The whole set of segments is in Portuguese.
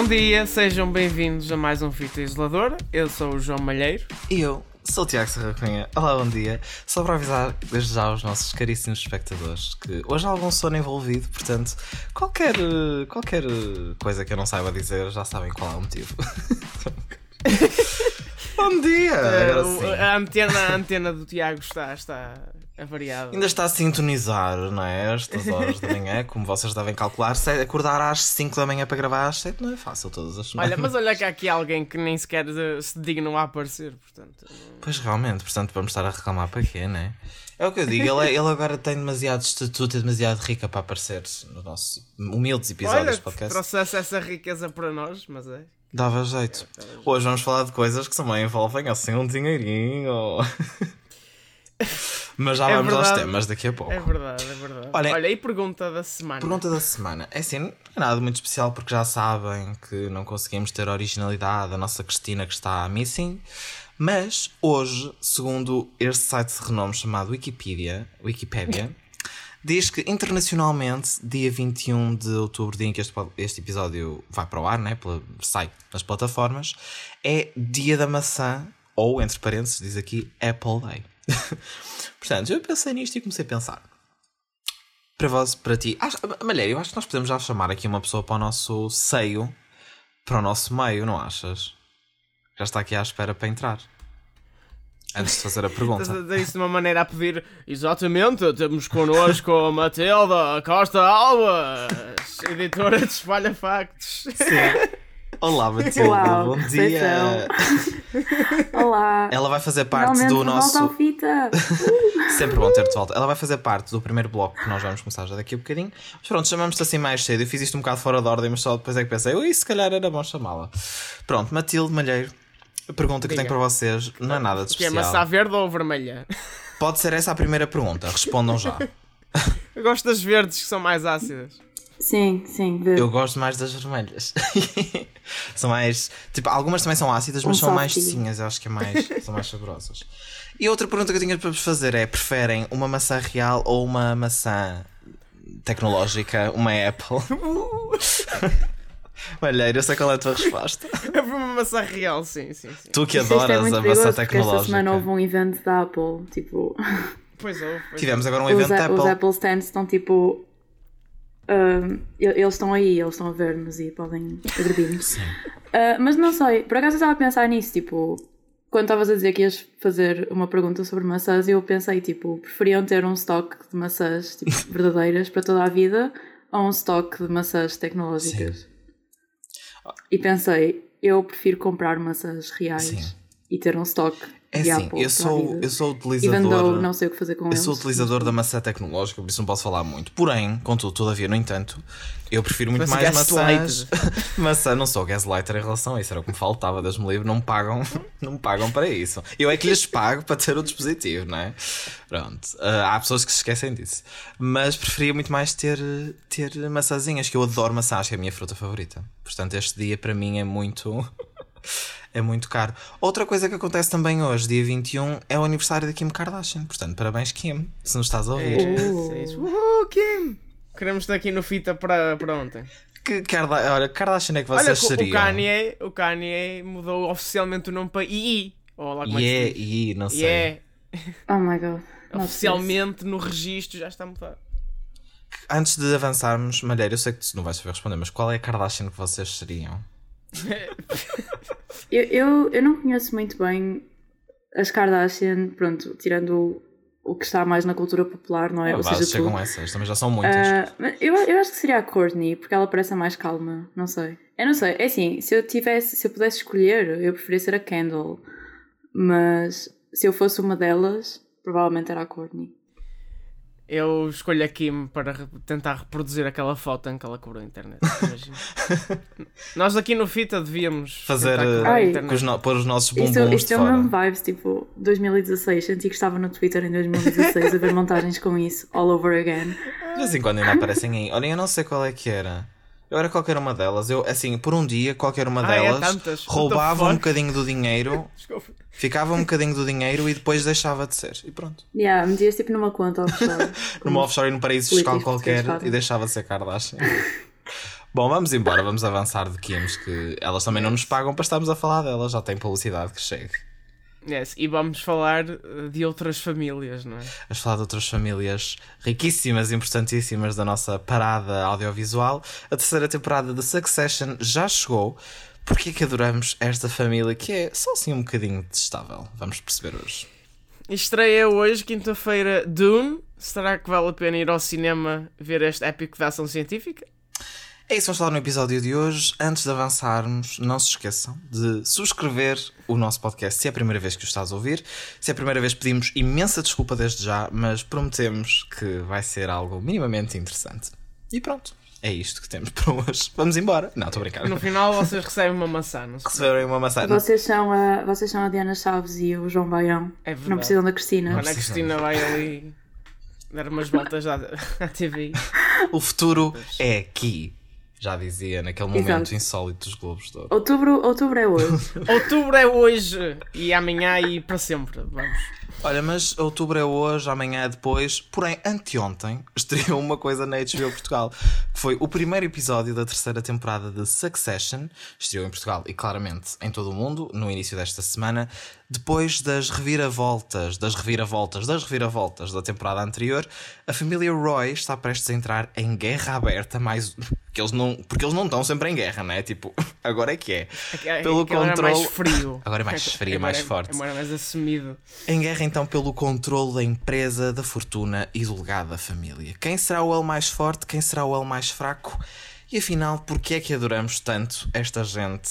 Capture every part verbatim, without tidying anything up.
Bom dia, sejam bem-vindos a mais um Fita Isoladora. Eu sou o João Malheiro. E eu sou o Tiago Serra Cunha. Olá, bom dia. Só para avisar desde já os nossos caríssimos espectadores que hoje há algum sono envolvido, portanto, qualquer, qualquer coisa que eu não saiba dizer, já sabem qual é o motivo. Bom dia! Uh, a, antena, a antena do Tiago está, está avariada. Ainda está a sintonizar, não é? Estas horas da manhã, como vocês devem calcular. Acordar às cinco da manhã para gravar às sete não é fácil todas as semanas. Olha, mas olha que há aqui alguém que nem sequer se digna a aparecer, portanto... Pois realmente, portanto vamos estar a reclamar para quê, não é? É o que eu digo, ele, ele agora tem demasiado estatuto, é demasiado rica para aparecer nos nossos humildes episódios olha, de podcast. Trouxesse essa riqueza para nós, mas é... Dava jeito. Hoje vamos falar de coisas que também envolvem assim um dinheirinho. Mas já é vamos verdade. aos temas daqui a pouco. É verdade, é verdade. Olhem, olha, e pergunta da semana? Pergunta da semana. É assim, não é nada muito especial porque já sabem que não conseguimos ter originalidade. A nossa Cristina que está missing. Mas hoje, segundo este site de renome chamado Wikipedia, Wikipedia, diz que internacionalmente, dia vinte e um de outubro, dia em que este, este episódio vai para o ar, né, sai nas plataformas, é dia da maçã, ou, entre parênteses, diz aqui, Apple Day. Portanto, eu pensei nisto e comecei a pensar. Para vós, para ti, acho, Malheiro, eu acho que nós podemos já chamar aqui uma pessoa para o nosso seio, para o nosso meio, não achas? Já está aqui à espera para entrar. Antes de fazer a pergunta. Isso de uma maneira a pedir. Exatamente, temos connosco a Matilda Costa Alves, editora de Espalha Factos. Sim. Olá, Matilda, Uau, bom dia. Olá. Ela vai fazer parte Finalmente, do nosso. volta ao fita. Sempre bom ter de volta. Ela vai fazer parte do primeiro bloco que nós vamos começar já daqui a bocadinho. Mas pronto, chamamos-te assim mais cedo. Eu fiz isto um bocado fora de ordem, mas só depois é que pensei, ui, se calhar era bom chamá-la. Pronto, Matilde Malheiro. A pergunta que Diga. tenho para vocês não é nada de Que é especial. maçã verde ou vermelha? Pode ser essa a primeira pergunta. Respondam já. Eu gosto das verdes que são mais ácidas. Sim, sim. Vê. Eu gosto mais das vermelhas. São mais. Tipo, algumas também são ácidas, mas Um são mais softinho. docinhas. Eu acho que é mais, são mais saborosas. E outra pergunta que eu tinha para vos fazer é: preferem uma maçã real ou uma maçã tecnológica? Uma Apple? Malheiro, eu sei qual é a tua resposta. É uma maçã real, sim, sim, sim. Tu que Isto é adoras muito a perigoso maçã porque esta semana houve tecnológica. um evento da Apple. Tipo, Pois é. Pois Tivemos agora um os, evento da a- os Apple. Apple stands estão tipo. ahm, e- eles estão aí, eles estão a ver-nos e podem agredir-nos. Ah, mas não sei, por acaso eu estava a pensar nisso. Tipo, quando estavas a dizer que ias fazer uma pergunta sobre maçãs, eu pensei, tipo, preferiam ter um estoque de maçãs tipo, verdadeiras para toda a vida ou um estoque de maçãs tecnológicas? Sim. E pensei, eu prefiro comprar maçãs reais Sim. e ter um estoque É de assim, Apple eu para a sou, vida. eu sou Even though utilizador. não sei o que fazer com Eu eles. sou utilizador da maçã tecnológica, por isso não posso falar muito. Porém, contudo, todavia, no entanto, eu prefiro muito Parece mais maçãs. gaslighter. Maçã, não sou gaslighter em relação a isso, era o que me faltava, Deus me livre, não me pagam, não me pagam para isso. Eu é que lhes pago para ter o dispositivo, não é? Pronto, ah, há pessoas que se esquecem disso. Mas preferia muito mais ter, ter maçãzinhas, que eu adoro maçã, acho que é a minha fruta favorita. Portanto, este dia para mim é muito. É muito caro. Outra coisa que acontece também hoje, dia vinte e um, é o aniversário da Kim Kardashian. Portanto, parabéns, Kim, se nos estás a É, ouvir. isso, é isso. Uhul, Kim! Queremos estar aqui no fita para, para ontem. Que Karda... Olha, Kardashian é que Olha, vocês o- seriam? o Kanye, o Kanye mudou oficialmente o nome para I I. Ou lá como E é é, que se diz? e não sei. E é. Oh my god. Not Oficialmente no registro já está a mudar. Antes de avançarmos, Malheiro, eu sei que tu não vais saber responder, mas qual é a Kardashian que vocês seriam? Eu, eu, eu não conheço muito bem as Kardashian, pronto, tirando o, o que está mais na cultura popular, não é? Ah, Ou vá, seja, chegam tu. essas, também já são muitas. Ah, mas eu, eu acho que seria a Kourtney, porque ela parece a mais calma, não sei. Eu não sei, é assim, se eu tivesse, se eu pudesse escolher, eu preferia ser a Kendall, mas se eu fosse uma delas, provavelmente era a Kourtney. Eu escolho a Kim para re- tentar reproduzir aquela foto em que ela cobrou a internet. Imagina. Nós aqui no Fita devíamos Fazer, tentar cobrar a Ai. internet. com os no... pôr os nossos Isto, bumbuns isto de é o fora. mesmo vibes, tipo, dois mil e dezasseis, senti que estava no Twitter em dois mil e dezasseis a ver montagens com isso, all over again. De vez em quando ainda aparecem aí. Olhem, eu não sei qual é que era. Eu era qualquer uma delas. Eu, assim, por um dia, qualquer uma Ah, é delas tantas. What the roubava um fuck? bocadinho do dinheiro, Desculpa. ficava um bocadinho do dinheiro e depois deixava de ser. E pronto. Yeah, metias tipo numa conta offshore. Numa offshore e num paraíso fiscal políticos qualquer portugueses e deixava de ser Kardashian. Bom, vamos embora, vamos avançar de Kims, que elas também yes. não nos pagam para estarmos a falar delas, já tem publicidade que chega. Yes. E vamos falar de outras famílias, não é? Vamos falar de outras famílias riquíssimas e importantíssimas da nossa parada audiovisual. A terceira temporada de Succession já chegou. Porquê que adoramos esta família que é só assim um bocadinho detestável? Vamos perceber hoje. Estreia hoje, quinta-feira, Dune. Será que vale a pena ir ao cinema ver este épico de ação científica? É isso, vamos falar no episódio de hoje. Antes de avançarmos, não se esqueçam de subscrever o nosso podcast se é a primeira vez que o estás a ouvir. Se é a primeira vez, pedimos imensa desculpa desde já, mas prometemos que vai ser algo minimamente interessante. E pronto, é isto que temos para hoje. Vamos embora. Não, estou a brincar. No final vocês recebem uma maçã, não sei. Receberem uma maçã. Vocês são, a, vocês são a Diana Chaves e o João Baião. É verdade. Não precisam da Cristina. Quando a Cristina vai ali dar umas voltas à, à T V. O futuro é aqui. Já dizia naquele momento Exato. Insólito dos Globos de Ouro. Outubro, outubro é hoje. Outubro é hoje e amanhã e para sempre. Vamos. Olha, mas outubro é hoje, amanhã é depois. Porém, anteontem estreou uma coisa na H B O Portugal, que foi o primeiro episódio da terceira temporada de Succession. Estreou em Portugal e claramente em todo o mundo no início desta semana. Depois das reviravoltas, das reviravoltas, das reviravoltas da temporada anterior, a família Roy está prestes a entrar em guerra aberta, mais porque eles não, porque eles não estão sempre em guerra, não é? Tipo, agora é que é. Pelo controle. Agora é mais frio. Agora é mais frio, mais forte. Agora é mais assumido. Em guerra então pelo controle da empresa, da fortuna e do legado da família. Quem será o elo mais forte? Quem será o elo mais fraco? E afinal, porquê é que adoramos tanto esta gente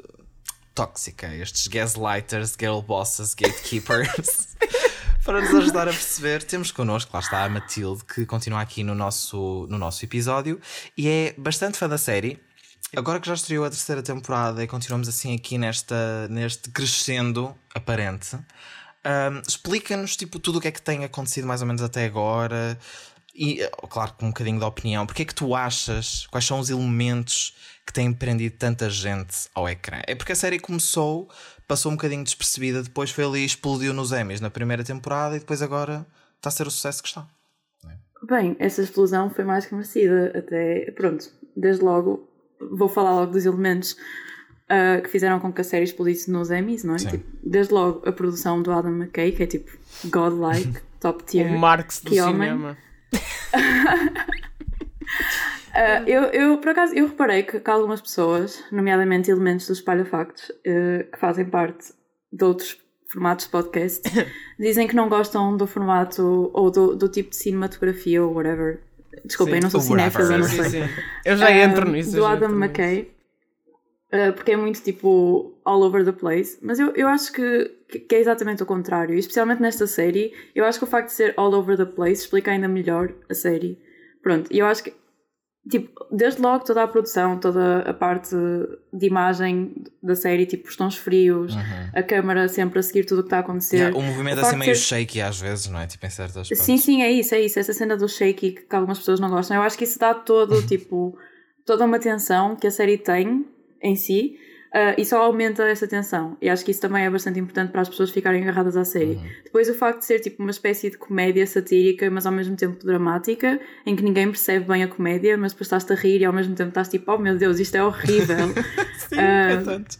tóxica, estes gaslighters, girl bosses, gatekeepers? Para nos ajudar a perceber, temos connosco, lá está a Matilde, que continua aqui no nosso, no nosso episódio e é bastante fã da série. Agora que já estreou a terceira temporada e continuamos assim aqui nesta, neste crescendo aparente, um, explica-nos tipo, tudo o que é que tem acontecido mais ou menos até agora e, claro, com um bocadinho de opinião. Porque é que tu achas, quais são os elementos que têm prendido tanta gente ao ecrã? É porque a série começou, passou um bocadinho despercebida, depois foi ali e explodiu nos Emmys na primeira temporada e depois agora está a ser o sucesso que está. Bem, essa explosão foi mais que merecida. Até, pronto, desde logo, vou falar logo dos elementos uh, que fizeram com que a série explodisse nos Emmys, não é? Tipo, desde logo a produção do Adam McKay, que é tipo godlike, top tier. O Marx do cinema. Uh, eu, eu, por acaso, eu reparei que, que algumas pessoas, nomeadamente elementos dos espalha-factos, uh, que fazem parte de outros formatos de podcast, dizem que não gostam do formato ou do, do tipo de cinematografia ou whatever. Desculpem, eu não sou cinéfila, não sei. Sim, sim. Eu já entro uh, nisso. Do Adam McKay, uh, porque é muito tipo all over the place. Mas eu, eu acho que, que é exatamente o contrário. E especialmente nesta série, eu acho que o facto de ser all over the place explica ainda melhor a série. Pronto, e eu acho que tipo, desde logo toda a produção, toda a parte de imagem da série, tipo os tons frios, uhum. a câmara sempre a seguir tudo o que está a acontecer. Yeah, o movimento o assim meio ser... shaky às vezes, não é? Tipo em certas partes. Sim, sim, é isso, é isso. Essa cena do shaky que, que algumas pessoas não gostam. Eu acho que isso dá todo, tipo, toda uma tensão que a série tem em si. Uh, e só aumenta essa tensão. E acho que isso também é bastante importante para as pessoas ficarem agarradas à série. Uhum. Depois o facto de ser tipo uma espécie de comédia satírica, mas ao mesmo tempo dramática, em que ninguém percebe bem a comédia, mas depois estás-te a rir e ao mesmo tempo estás tipo, oh meu Deus, isto é horrível. Sim, uh, é tanto.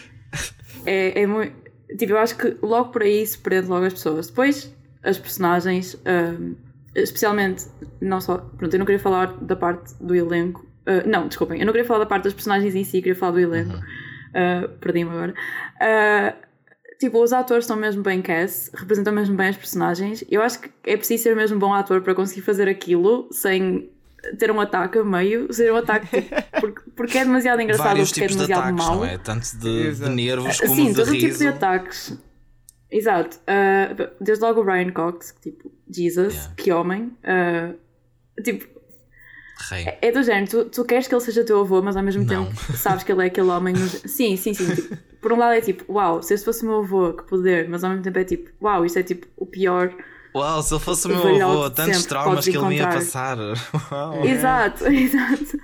É, é muito... Tipo, eu acho que logo por aí se prende logo as pessoas. Depois, as personagens, uh, especialmente, não só... Pronto, eu não queria falar da parte do elenco. Uh, não, desculpem, eu não queria falar da parte das personagens em si, queria falar do elenco. Uhum. Uh, perdi-me agora. Uh, tipo, os atores estão mesmo bem cast, representam mesmo bem as personagens. Eu acho que é preciso ser mesmo bom ator para conseguir fazer aquilo sem ter um ataque a meio, ser um ataque tipo, porque, porque é demasiado engraçado, vários porque tipos é demasiado de ataques, mau. Não é? Tanto de, de nervos como Sim, de todo riso. tipo de ataques. Exato. Uh, desde logo o Ryan Cox, que tipo, Jesus, yeah. que homem. Uh, tipo, Rei. É do género, tu, tu queres que ele seja teu avô, mas ao mesmo não. tempo sabes que ele é aquele homem. No... Sim, sim, sim. Tipo, por um lado é tipo, uau, se este fosse o meu avô, que poder, mas ao mesmo tempo é tipo, uau, isto é tipo o pior. Uau, se ele fosse o meu avô, tantos traumas que ele me ia passar. Uau. Exato, exato.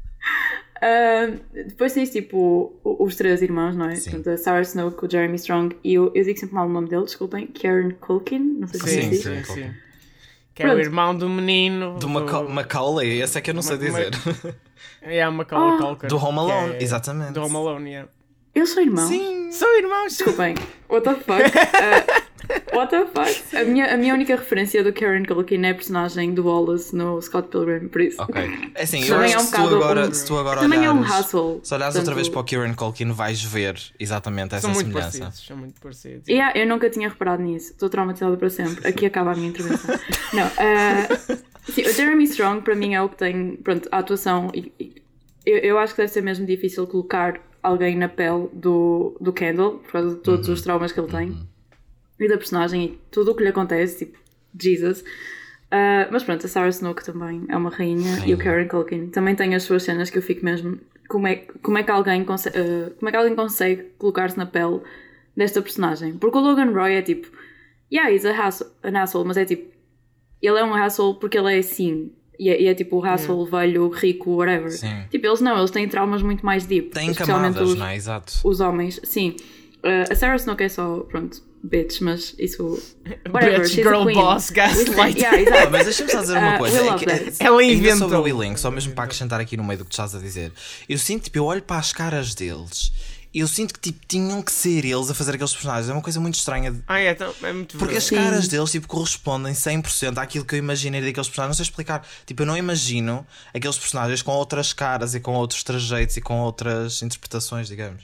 Uh, depois tens tipo os três irmãos, não é? Portanto, a Sarah Snook, o Jeremy Strong e eu, eu digo sempre mal o nome dele, desculpem, Kieran Culkin, não sei se sim, é sim, sim. Que é Pronto. O irmão do menino do, do... Maca- Macaulay, esse é que eu não sei dizer. É a Macaulay Oh. Culkin. Do Home que Alone, é- exatamente. Do Home Alone, yeah. Eles são irmãos? Sim. São irmãos, sim. Desculpem. What the fuck? Uh, what the fuck? A minha, a minha única referência do Kieran Culkin é a personagem do Wallace no Scott Pilgrim, por isso. Ok. É assim, eu Também acho é um que se tu bocado agora, um- se tu agora Também é um olhares, hustle. se olhares outra vez para o portanto- Kieran Culkin, vais ver exatamente essa São muito semelhança. parecidos. São muito parecidos. Yeah, eu nunca tinha reparado nisso. Estou traumatizada para sempre. Aqui acaba a minha intervenção. Não, uh, sim, o Jeremy Strong para mim é o que tem, pronto, a atuação. E, e, eu, eu acho que deve ser mesmo difícil colocar alguém na pele do, do Kendall, por causa de todos Uhum. os traumas que ele tem. E da personagem e tudo o que lhe acontece, tipo, Jesus. Uh, mas pronto, a Sarah Snook também é uma rainha, Rainha. e o Kieran Culkin também tem as suas cenas que eu fico mesmo. Como é, como é, que, alguém consegue, uh, como é que alguém consegue colocar-se na pele desta personagem? Porque o Logan Roy é tipo, yeah, he's a hassle, an asshole, mas é tipo, ele é um asshole porque ele é assim. E é, e é tipo o asshole velho, rico, whatever. Sim. Tipo, eles não, eles têm traumas muito mais deep. Tem especialmente camadas, os, não é? Exato. os homens, sim. Uh, a Sarah Snook é só, pronto, bitch, mas isso. Whatever, Bitch, she's a girl queen. boss, gaslight. Yeah, Ah, exato. mas deixa-me só dizer uma Uh, coisa. we É love que, that. Ela ainda inventou. sobre o Willing, só mesmo para acrescentar aqui no meio do que tu estás a dizer. Eu sinto, tipo, eu olho para as caras deles e eu sinto que, tipo, tinham que ser eles a fazer aqueles personagens. É uma coisa muito estranha. de- Ah, é, então, é muito Porque as verdade. caras deles, tipo, correspondem cem por cento àquilo que eu imaginei daqueles personagens. Não sei explicar. Tipo, eu não imagino aqueles personagens com outras caras e com outros trajeitos e com outras interpretações, digamos.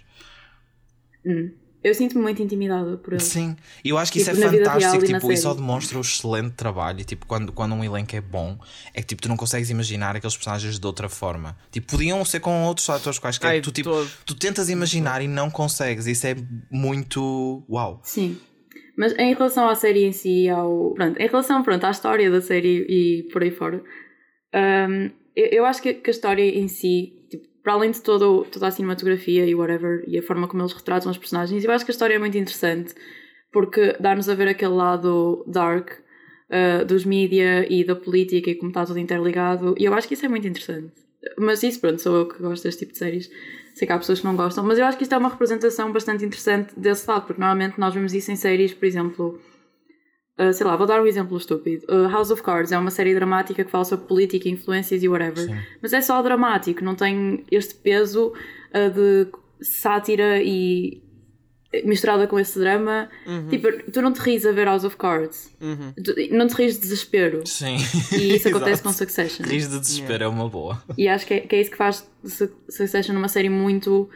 Eu sinto-me muito intimidada por ele. Sim, e eu acho que isso Tipo, é na vida real fantástico, e na tipo, isso só série. demonstra o excelente trabalho. E, tipo, quando, quando um elenco é bom, é que tipo, tu não consegues imaginar aqueles personagens de outra forma. Tipo, podiam ser com outros atores quaisquer. Ai, tu, tipo, todo. tu tentas imaginar e não consegues. Isso é muito uau. Sim. Mas em relação à série em si, ao. Pronto, em relação pronto, à história da série e por aí fora, hum, eu, eu acho que, que a história em si, tipo, para além de todo, toda a cinematografia e whatever, e a forma como eles retratam os personagens, eu acho que a história é muito interessante porque dá-nos a ver aquele lado dark uh, dos mídia e da política e como está tudo interligado, e eu acho que isso é muito interessante. Mas isso, pronto, sou eu que gosto deste tipo de séries. Sei que há pessoas que não gostam, mas eu acho que isto é uma representação bastante interessante desse lado, porque normalmente nós vemos isso em séries, por exemplo, uh, sei lá, vou dar um exemplo estúpido. Uh, House of Cards é uma série dramática que fala sobre política, influências e whatever, Sim. mas é só dramático, não tem este peso uh, de sátira e misturada com esse drama. Uhum. Tipo, tu não te ris a ver House of Cards, Uhum. tu, não te ris de desespero. Sim. E isso acontece Exato. com Succession. Ris de desespero é uma boa. E acho que é, que é isso que faz Su- Succession uma série muito.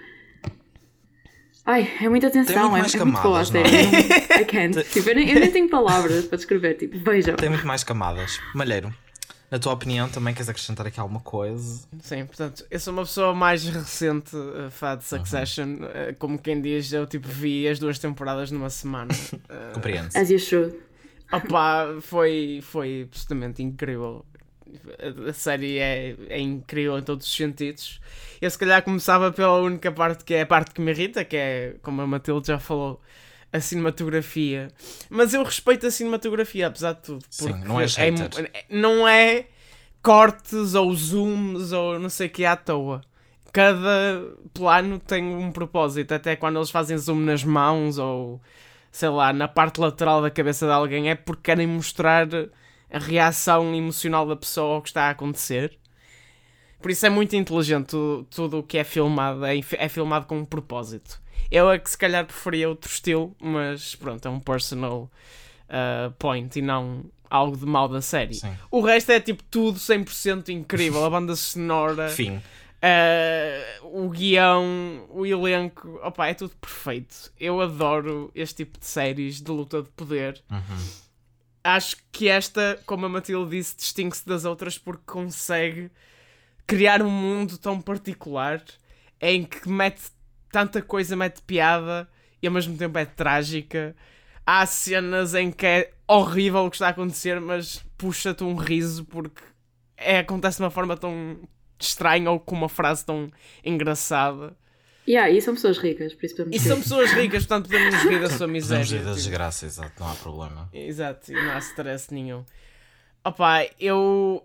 Ai, é muita atenção, Tem muito é, mais é muito boa a camadas, não série. é? Eu não- I can't. Tipo, eu, nem, eu nem tenho palavras para descrever. Tipo, vejam. Tem muito mais camadas. Malheiro, na tua opinião, também queres acrescentar aqui alguma coisa? Sim, portanto, eu sou uma pessoa mais recente uh, fã de Succession. Uh, como quem diz, eu tipo vi as duas temporadas numa semana. Uh, Compreende-se. As you should. Opa, foi, foi absolutamente incrível. A, a série é, é incrível em todos os sentidos. Eu se calhar começava pela única parte que é a parte que me irrita, que é, como a Matilde já falou, a cinematografia. Mas eu respeito a cinematografia, apesar de tudo. Sim, porque não és é, hater. não é cortes ou zooms ou não sei o que à toa. Cada plano tem um propósito. Até quando eles fazem zoom nas mãos ou, sei lá, na parte lateral da cabeça de alguém, é porque querem mostrar a reação emocional da pessoa ao que está a acontecer. Por isso é muito inteligente tudo, tudo o que é filmado, é, é filmado com um propósito. Eu é que se calhar preferia outro estilo, mas pronto, é um personal uh, point e não algo de mal da série. Sim. O resto é tipo tudo cem por cento incrível, a banda sonora, Fim. uh, o guião, o elenco, opa, é tudo perfeito. Eu adoro este tipo de séries de luta de poder. Uhum. Acho que esta, como a Matilde disse, distingue-se das outras porque consegue criar um mundo tão particular em que mete tanta coisa, mete piada e ao mesmo tempo é trágica. Há cenas em que é horrível o que está a acontecer, mas puxa-te um riso porque é, acontece de uma forma tão estranha ou com uma frase tão engraçada. Yeah, e são pessoas ricas, por isso podemos E dizer. são pessoas ricas, portanto podemos rir da sua Podemos miséria. ir da tipo. desgraça, exato, não há problema. Exato, e não há stress nenhum. Opa, eu...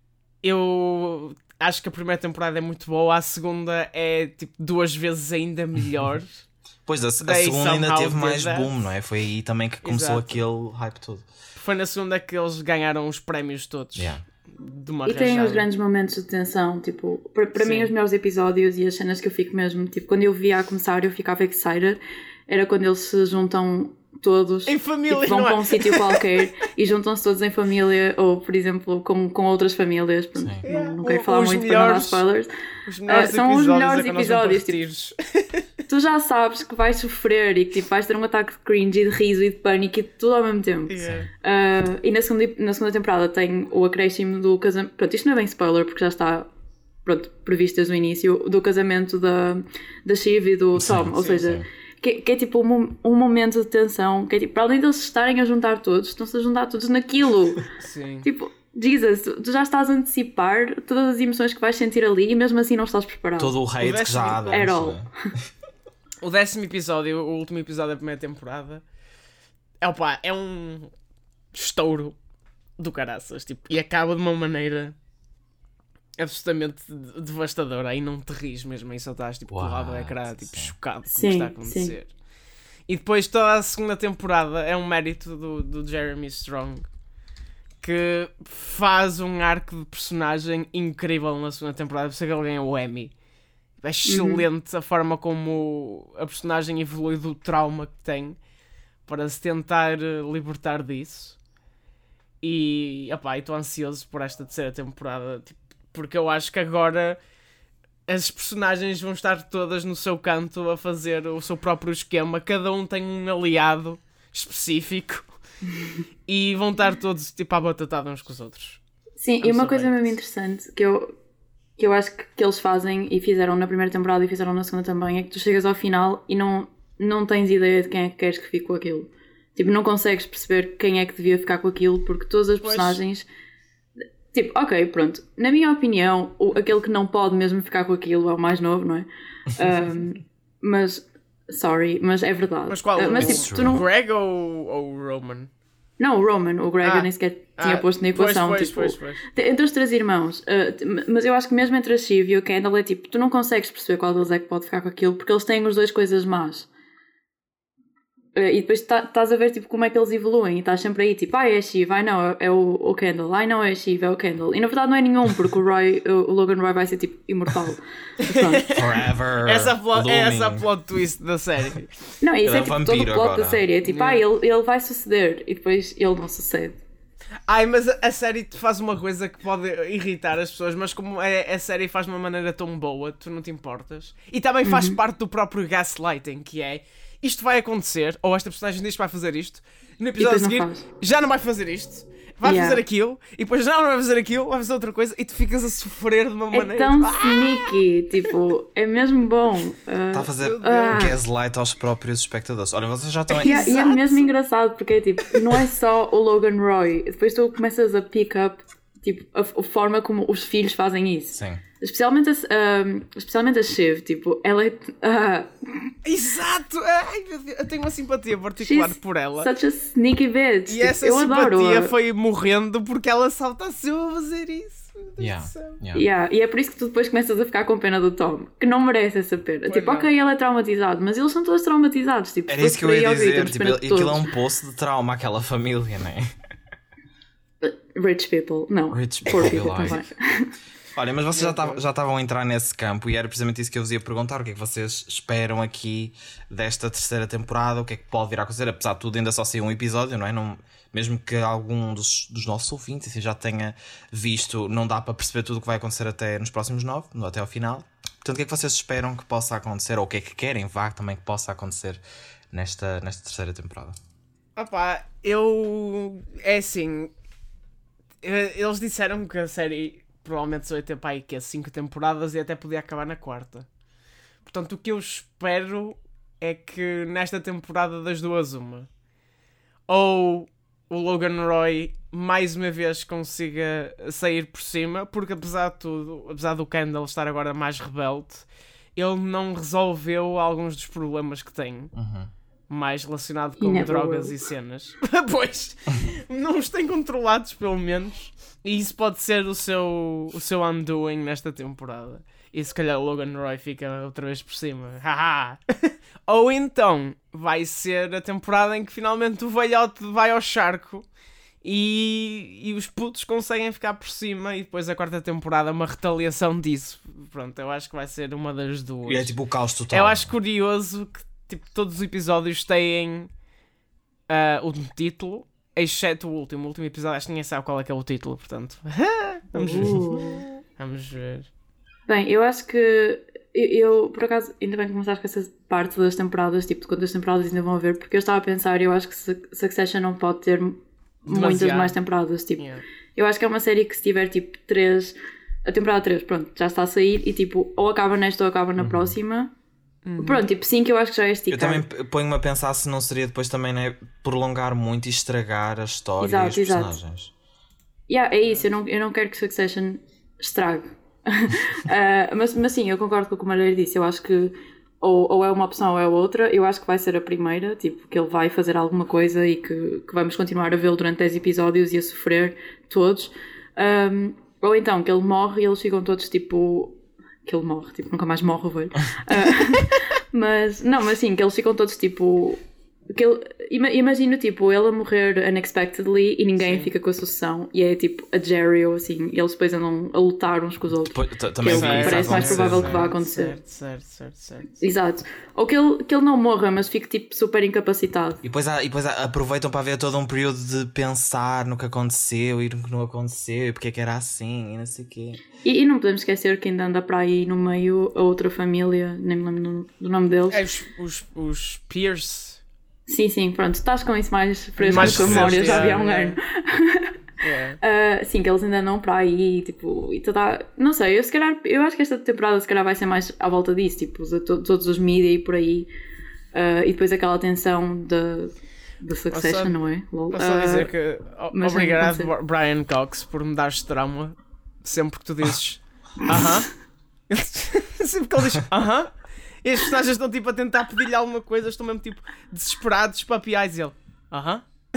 Eu acho que a primeira temporada é muito boa, a segunda é tipo duas vezes ainda melhor. Pois, a, a They segunda ainda somehow teve did mais that. boom, não é? Foi aí também que começou Exato. aquele hype todo. Foi na segunda que eles ganharam os prémios todos Yeah. de uma E tem rajada. os grandes momentos de tensão, tipo, para, para Sim. mim os melhores episódios e as cenas que eu fico mesmo, tipo, quando eu via a começar eu ficava excited, era quando eles se juntam todos, Em família, tipo, vão não é? para um sítio qualquer e juntam-se todos em família ou, por exemplo, com, com outras famílias. Pronto, Sim. não, não É, quero o- falar os muito para não dar melhores- spoilers. Os melhores Ah, são os episódios melhores é quando nós vamos episódios, para tipo, retiros. Tu já sabes que vais sofrer e que tipo, vais ter um ataque de cringe e de riso e de pânico e tudo ao mesmo tempo. Yeah. Uh, e na segunda, na segunda temporada tem o acréscimo do casamento. Pronto, isto não é bem spoiler porque já está pronto, previsto desde o início do casamento da, da Shiv e do Sim, Tom. Ou sim, seja, sim. que, que é tipo um, mo- um momento de tensão que é tipo, para além deles se estarem a juntar todos, estão-se a juntar todos naquilo. Sim. Tipo, Jesus, tu, tu já estás a antecipar todas as emoções que vais sentir ali e mesmo assim não estás preparado. Todo o hate que já há décimo- dentro. At all. né? O décimo episódio, o último episódio da primeira temporada, é, opa, é um estouro do caraças, tipo, e acaba de uma maneira absolutamente de- devastadora. Aí não te ris mesmo, aí só estás tipo colado ao What? ecrã, tipo, Sim. chocado com o que Sim, está a acontecer. E depois toda a segunda temporada é um mérito do, do Jeremy Strong, que faz um arco de personagem incrível na segunda temporada. Por isso é que ele ganha o Emmy. É excelente a forma como a personagem evolui do trauma que tem para se tentar eh, libertar disso. E opá, estou ansioso por esta terceira temporada, tipo, porque eu acho que agora as personagens vão estar todas no seu canto a fazer o seu próprio esquema, cada um tem um aliado específico e vão estar todos tipo à batatada uns com os outros. Sim, I'm e uma so coisa right. mesmo interessante que eu, que eu acho que, que eles fazem e fizeram na primeira temporada e fizeram na segunda também é que tu chegas ao final e não, não tens ideia de quem é que queres que fique com aquilo. Tipo, não consegues perceber quem é que devia ficar com aquilo porque todas as Pois. personagens. Tipo, ok, pronto. Na minha opinião, o, aquele que não pode mesmo ficar com aquilo é o mais novo, não é? Um, mas, sorry, mas é verdade. Mas qual? Uh, mas o, tipo, tu o não. Greg ou, ou o Roman? Não, o Roman, o Greg Ah. eu nem sequer tinha Ah, posto na equação. Pois, pois, tipo, pois, pois. T- Entre os três irmãos, uh, t- mas eu acho que mesmo entre a Shiv e o Kendall é tipo, tu não consegues perceber qual deles é que pode ficar com aquilo porque eles têm os dois coisas más. Uh, e depois estás a ver tipo, como é que eles evoluem e estás sempre aí tipo, ah, é a Shiv, ai não, é o, o Kendall, ai não, é a Shiv, é o Kendall. E na verdade não é nenhum porque o, Roy, o, o Logan Roy vai ser tipo imortal. Mas pronto. Forever. Essa plot, é essa a looming. plot twist da série. Não, isso Ele é, é tipo todo o vampiro plot agora. da série. É tipo, ah, ele, ele vai suceder e depois ele não sucede. Ai, mas a, a série te faz uma coisa que pode irritar as pessoas, mas como a, a série faz de uma maneira tão boa, tu não te importas. E também faz Uhum. parte do próprio gaslighting, que é isto vai acontecer, ou esta personagem diz que vai fazer isto, no episódio a depois seguir não faz. já não vai fazer isto, vai Yeah. fazer aquilo, e depois já não vai fazer aquilo, vai fazer outra coisa, e tu ficas a sofrer de uma É maneira. tão Ah! sneaky, tipo, é mesmo bom. Uh, Está a fazer Ah. gaslight aos próprios espectadores. Olha, vocês já estão E é, e é Exato. mesmo engraçado porque é tipo, não é só o Logan Roy, depois tu começas a pick up tipo, a, a forma como os filhos fazem isso. Sim. Especialmente a, um, especialmente a Shiv, tipo, ela é. Uh, Exato! Ai, meu Deus, eu tenho uma simpatia particular she's por ela. such a sneaky bitch. E Tipo, essa eu adoro. simpatia a- foi morrendo porque ela só está sempre a fazer isso. Meu Deus Yeah. do céu. Yeah. Yeah, e é por isso que tu depois começas a ficar com pena do Tom, que não merece essa pena. tipo, não. ok, ele é traumatizado, mas eles são todos traumatizados. Tipo, Era se isso que fosse eu por ia aí, ok, dizer. temos Tipo, pena de aquilo é todos. um poço de trauma, aquela família, não é? Rich people, não. Rich Poor people, people like. também. Olha, mas vocês já estavam já estavam a entrar nesse campo e era precisamente isso que eu vos ia perguntar. O que é que vocês esperam aqui desta terceira temporada? O que é que pode vir a acontecer? Apesar de tudo, ainda só saiu um episódio, não é? Não, mesmo que algum dos, dos nossos ouvintes assim, já tenha visto, não dá para perceber tudo o que vai acontecer até nos próximos nove, até ao final. Portanto, o que é que vocês esperam que possa acontecer? Ou o que é que querem, vá, também que possa acontecer nesta, nesta terceira temporada? Opá, eu. É assim. eh, Eles disseram que a série provavelmente só ia ter para aí que é cinco temporadas e até podia acabar na quarta. Portanto, o que eu espero é que nesta temporada das duas, uma. Ou o Logan Roy mais uma vez consiga sair por cima, porque apesar de tudo, apesar do Kendall estar agora mais rebelde, ele não resolveu alguns dos problemas que tem. Uhum. Mais relacionado He com never drogas will. e cenas. Pois, não os tem controlados pelo menos. E isso pode ser o seu, o seu undoing nesta temporada. E se calhar o Logan Roy fica outra vez por cima. Haha! Ou então vai ser a temporada em que finalmente o velhote vai ao charco E, e os putos conseguem ficar por cima e depois a quarta temporada é uma retaliação disso. Pronto, eu acho que vai ser uma das duas. E é tipo o caos total. Eu acho curioso que tipo, todos os episódios têm uh, um título, exceto o último. O último episódio acho que ninguém sabe qual é que é o título, portanto. Vamos ver. Uh. Vamos ver. Bem, eu acho que eu, eu, por acaso, ainda bem que começaste com essa parte das temporadas, tipo, de quantas temporadas ainda vão haver, porque eu estava a pensar, eu acho que Succession não pode ter Demasiado. muitas mais temporadas, tipo, Yeah. eu acho que é uma série que se tiver, tipo, três, a temporada três, pronto, já está a sair, e tipo, ou acaba nesta ou acaba na Uhum. próxima, Uhum. pronto, tipo, cinco eu acho que já é Eu esticar. também p- ponho-me a pensar se não seria depois também, né, prolongar muito e estragar a história Exato, e os exato. personagens. Yeah, é isso, eu não, eu não quero que Succession estrague. uh, mas, mas sim, eu concordo com o que o Malheiro disse. Eu acho que ou, ou é uma opção ou é outra. Eu acho que vai ser a primeira, tipo, que ele vai fazer alguma coisa e que, que vamos continuar a vê-lo durante dez episódios e a sofrer todos. Um, ou então que ele morre e eles ficam todos tipo. Que ele morre, tipo, nunca mais morre o velho. Uh, mas, não, mas sim, que eles ficam todos tipo. Que ele, ima- imagino tipo ele a morrer unexpectedly e ninguém Sim. fica com a sucessão e é tipo a Jerry ou assim, e eles depois andam a lutar uns com os outros. Depois, t- Que também ele vi isso parece mais acontecer, provável que né? vá acontecer. Certo, certo, certo, certo. Exato. Ou que ele, que ele não morra, mas fique tipo super incapacitado. E depois, há- e depois há- aproveitam para haver todo um período de pensar no que aconteceu e no que não aconteceu e porque é que era assim e não sei o quê. E, e não podemos esquecer que ainda anda para aí no meio a outra família, nem me lembro do, do nome deles. É, os, os, os Pierce. Sim, sim, pronto, estás com isso mais fresco Mais na tua recente, memória, já havia yeah, um yeah. ano. Yeah. Uh, sim, que eles ainda andam para aí, tipo, e toda... Não sei, eu se calhar, eu acho que esta temporada se calhar vai ser mais à volta disso, tipo, de to- todos os mídia e por aí, uh, e depois aquela tensão da da Succession, Posso- não é? Lol. Posso só Uh, dizer que o- mas obrigado, não pode Brian Cox, por me dares trauma sempre que tu dizes aham. Sempre que ele diz aham. E as personagens estão tipo a tentar pedir-lhe alguma coisa, estão mesmo tipo desesperados, papiais, e ele aham.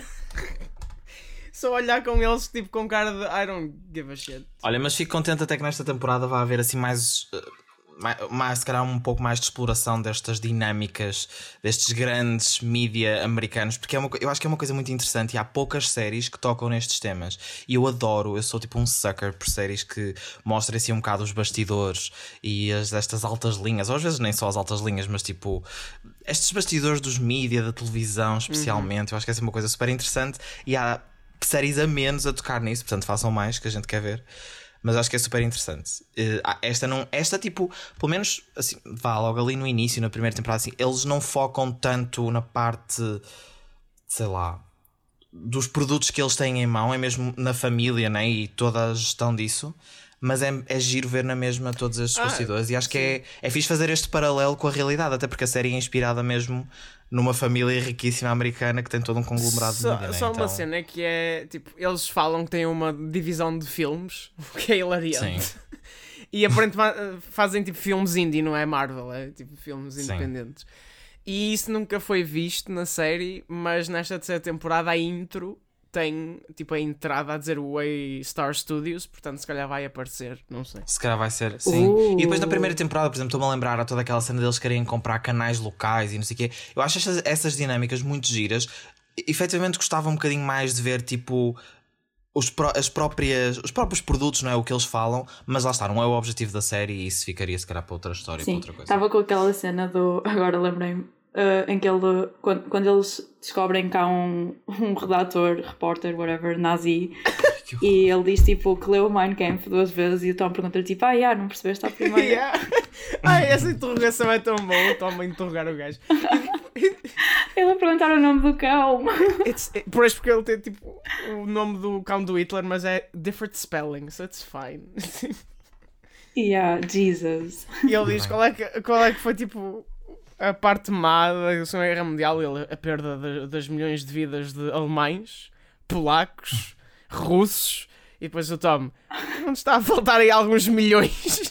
Só olhar com eles tipo com cara de I don't give a shit. Olha, mas fico contente até que nesta temporada vai haver assim mais, uh, mais, mais se calhar um pouco mais de exploração destas dinâmicas, destes grandes mídia americanos, porque é uma, co- eu acho que é uma coisa muito interessante e há poucas séries que tocam nestes temas. E eu adoro, eu sou tipo um sucker por séries que mostrem assim um bocado os bastidores e as, estas altas linhas, ou às vezes nem só as altas linhas, mas tipo estes bastidores dos mídia, da televisão especialmente. Eu acho que essa é uma coisa super interessante e há séries a menos a tocar nisso, portanto façam mais, que a gente quer ver. Mas acho que é super interessante. Uh, esta não, esta tipo, pelo menos assim, vá logo ali no início, na primeira temporada, assim, eles não focam tanto na parte, sei lá, dos produtos que eles têm em mão, é mesmo na família, né? E toda a gestão disso. Mas é, é giro ver na mesma todos estes Ah, bastidores. E acho que é, é fixe fazer este paralelo com a realidade, até porque a série é inspirada mesmo numa família riquíssima americana que tem todo um conglomerado de Só, mídia, né? só uma Então, cena que é tipo, eles falam que têm uma divisão de filmes, o que é hilariante. Sim. E aparentemente fazem tipo filmes indie, não é Marvel, é tipo filmes Sim. independentes. E isso nunca foi visto na série, mas nesta terceira temporada a intro tem tipo a entrada a dizer Way Star Studios, portanto se calhar vai aparecer, não sei. se calhar vai ser, sim. Uh. E depois na primeira temporada, por exemplo, estou-me a lembrar a toda aquela cena deles querem comprar canais locais e não sei o quê. Eu acho essas, essas dinâmicas muito giras. E, efetivamente gostava um bocadinho mais de ver tipo os, pró- as próprias, os próprios produtos, não é o que eles falam, mas lá está, não é o objetivo da série e isso ficaria se calhar para outra história, para Sim, outra coisa. estava com aquela cena do. Agora lembrei-me. uh, em que ele. Quando, quando eles descobrem que há um, um redator, repórter, whatever, nazi. E ele diz tipo que leu o Mein Kampf duas vezes e o Tom pergunta-lhe tipo, ah, yeah, não percebeste a primeira? Yeah. Ai, essa interrogação é tão boa, toma a interrogar o gajo. Ele a perguntar o nome do cão. It's, it, por isso porque ele tem tipo o nome do cão do Hitler, mas é different spelling, so it's fine. Yeah, Jesus. E ele diz qual é que, qual é que foi tipo a parte má da Segunda Guerra Mundial, ele, a perda de, das milhões de vidas de alemães, polacos, russos, e depois o Tom, não está a faltar aí alguns milhões.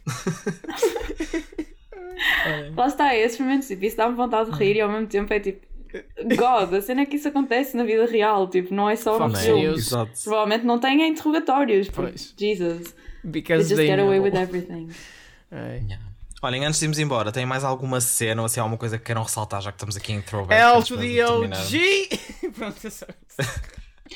Lá está, é esses momentos, tipo, isso dá-me vontade de rir e ao mesmo tempo é tipo, God, a cena é que isso acontece na vida real, tipo, não é só no Fox filme. News. Exato. Provavelmente não tem interrogatórios, porque, Pois. Jesus, they Because just they get away know. with everything. É. Yeah. Olhem, antes de irmos embora, tem mais alguma cena ou assim, alguma coisa que queiram ressaltar, já que estamos aqui em throwback? L antes to de the O terminar? G! Pronto, é só isso.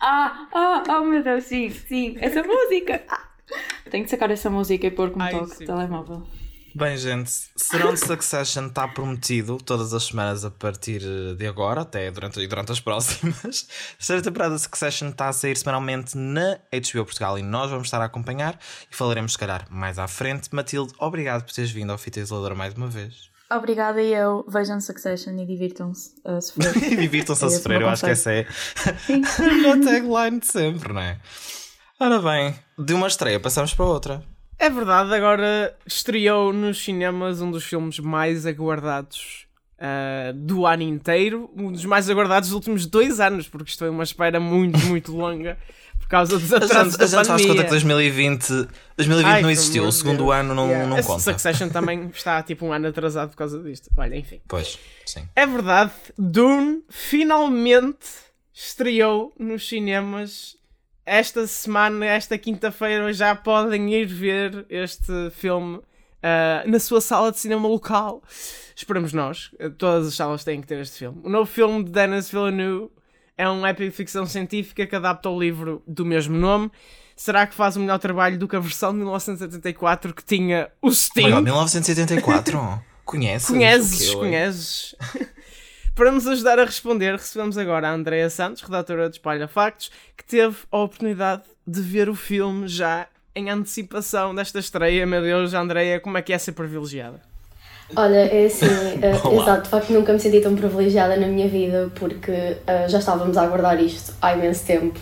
Ah, ah, oh meu Deus, sim, sim, essa música. Ah. Tenho que sacar essa música e pôr como Ai, toque sim. de telemóvel. Bem, gente, Serão de Succession está prometido todas as semanas a partir de agora, até durante, e durante as próximas. A terceira temporada de Succession está a sair semanalmente na H B O Portugal e nós vamos estar a acompanhar e falaremos, se calhar, mais à frente. Matilde, obrigado por teres vindo ao Fita Isoladora mais uma vez. Obrigada e eu. Vejam Succession e divirtam-se a sofrer. E divirtam-se a É esse sofrer, o eu meu acho que essa é Sim. a tagline de sempre, não é? Ora bem, de uma estreia passamos para outra. É verdade, agora estreou nos cinemas um dos filmes mais aguardados uh, do ano inteiro, um dos mais aguardados dos últimos dois anos, porque isto foi uma espera muito, muito longa por causa dos A atrasos gente, a da gente faz pandemia. conta que dois mil e vinte, dois mil e vinte Ai, não por existiu, amor o de segundo Deus. ano não, Yeah. não Esse conta. Succession também está tipo um ano atrasado por causa disto. Olha, enfim. Pois, sim. É verdade, Dune finalmente estreou nos cinemas. Esta semana, esta quinta-feira, já podem ir ver este filme uh, na sua sala de cinema local. Esperamos nós. Todas as salas têm que ter este filme. O novo filme de Denis Villeneuve é um épico de ficção científica que adapta o livro do mesmo nome. Será que faz o melhor trabalho do que a versão de mil novecentos e setenta e quatro que tinha o Sting? Olha, mil novecentos e oitenta e quatro? Conheces? Conheces, O quê, ué? conheces. Para nos ajudar a responder, recebemos agora a Andreia Santos, redatora de Espalha Factos, que teve a oportunidade de ver o filme já em antecipação desta estreia. Meu Deus, Andreia, como é que é ser privilegiada? Olha, é assim, uh, Olá. exato, de facto nunca me senti tão privilegiada na minha vida porque uh, já estávamos a aguardar isto há imenso tempo.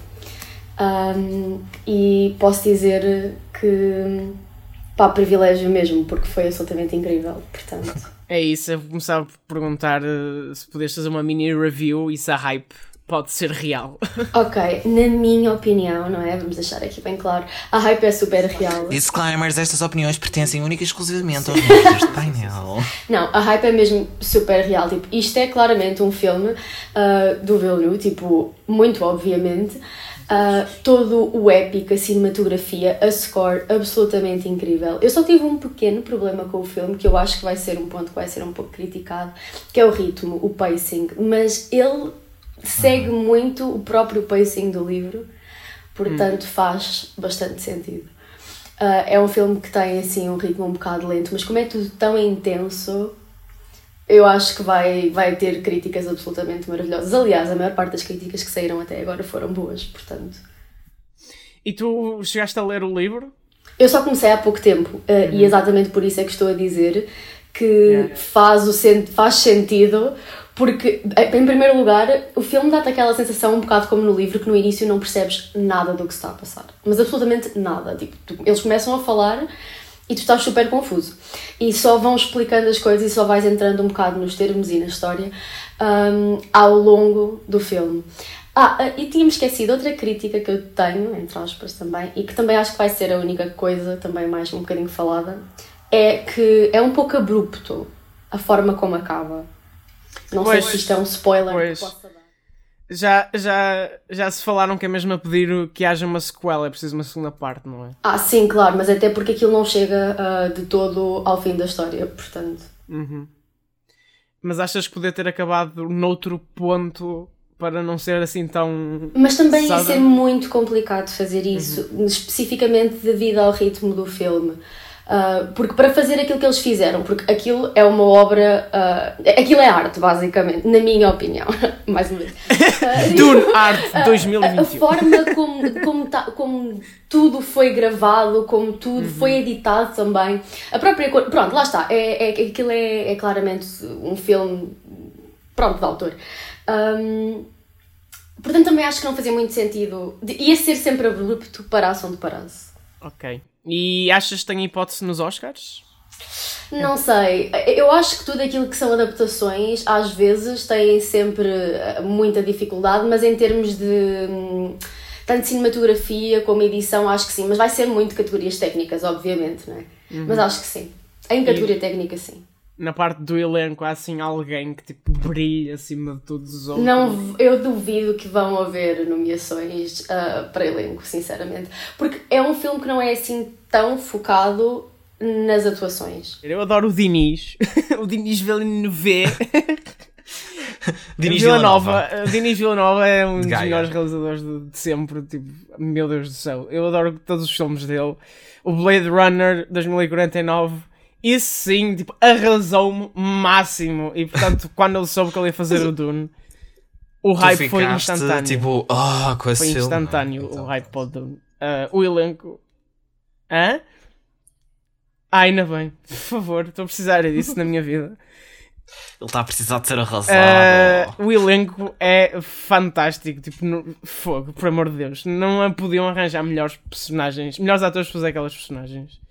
Um, e posso dizer que, pá, privilégio mesmo, porque foi absolutamente incrível, portanto... É isso, eu vou começar por perguntar uh, se podes fazer uma mini review e se a hype pode ser real. Ok, na minha opinião, não é? Vamos deixar aqui bem claro, a hype é super real. Disclaimers, estas opiniões pertencem única e exclusivamente aos membros de painel. Não, a hype é mesmo super real, tipo, isto é claramente um filme uh, do Villeneuve, tipo, muito obviamente. Uh, todo o épico, a cinematografia, a score, absolutamente incrível. Eu só tive um pequeno problema com o filme, que eu acho que vai ser um ponto que vai ser um pouco criticado, que é o ritmo, o pacing, mas ele segue muito o próprio pacing do livro, portanto faz bastante sentido. Uh, é um filme que tem assim um ritmo um bocado lento, mas como é tudo tão intenso, eu acho que vai, vai ter críticas absolutamente maravilhosas. Aliás, a maior parte das críticas que saíram até agora foram boas, portanto. E tu chegaste a ler o livro? Eu só comecei há pouco tempo, uh, uhum. e exatamente por isso é que estou a dizer que Yeah. faz, o sen- faz sentido, porque, em primeiro lugar, o filme dá-te aquela sensação um bocado como no livro, que no início não percebes nada do que se está a passar. Mas absolutamente nada. Tipo, tu- eles começam a falar e tu estás super confuso. E só vão explicando as coisas e só vais entrando um bocado nos termos e na história um, ao longo do filme. Ah, e tínhamos esquecido outra crítica que eu tenho, entre aspas também, e que também acho que vai ser a única coisa, também mais um bocadinho falada, é que é um pouco abrupto a forma como acaba. Não Pois, sei se isto é um spoiler pois. que possa dar. Já, já, já se falaram que é mesmo a pedir que haja uma sequela, é preciso uma segunda parte, não é? Ah, sim, claro, mas até porque aquilo não chega uh, de todo ao fim da história, portanto... Uhum. Mas achas que poder ter acabado noutro ponto para não ser assim tão... Mas também ia pesada? ser muito complicado fazer isso, especificamente devido ao ritmo do filme. Uh, porque para fazer aquilo que eles fizeram, porque aquilo é uma obra, uh, aquilo é arte basicamente, na minha opinião, mais uma vez. Uh, Dune Art dois mil e a, a vinte e um. forma como, como, tá, como tudo foi gravado, como tudo Uhum. foi editado também, a própria cor, pronto, lá está, é, é, aquilo é, é claramente um filme, pronto, de autor. Um, portanto também acho que não fazia muito sentido, ia ser sempre abrupto, parasse onde parasse. Ok. E achas que tem hipótese nos Oscars? Não sei, eu acho que tudo aquilo que são adaptações às vezes tem sempre muita dificuldade, mas em termos de hum, tanto cinematografia como edição acho que sim, mas vai ser muito categorias técnicas, obviamente, não é? Uhum. Mas acho que sim, em categoria e... técnica sim. Na parte do elenco há assim alguém que tipo brilha acima de todos os outros? Não, eu duvido que vão haver nomeações uh, para elenco, sinceramente, porque é um filme que não é assim tão focado nas atuações. Eu adoro o Diniz, o Diniz Villeneuve. Denis Villanova. Villanova. Denis Villanova é um dos Gaia. melhores realizadores de, de sempre. Tipo, meu Deus do céu. Eu adoro todos os filmes dele. O Blade Runner dois mil e quarenta e nove. Isso sim, tipo, arrasou-me máximo. E portanto, quando ele soube que ele ia fazer o Dune, o Tu hype foi ficaste, instantâneo. tipo, oh, com esse Foi filme. instantâneo Então, o hype para o Dune. Uh, o elenco. Hã? Ah, ainda bem. Por favor, estou a precisar disso na minha vida. Ele está a precisar de ser arrasado. Uh, o elenco é fantástico. Tipo, no... fogo, por amor de Deus. Não podiam arranjar melhores personagens, melhores atores para fazer aquelas personagens.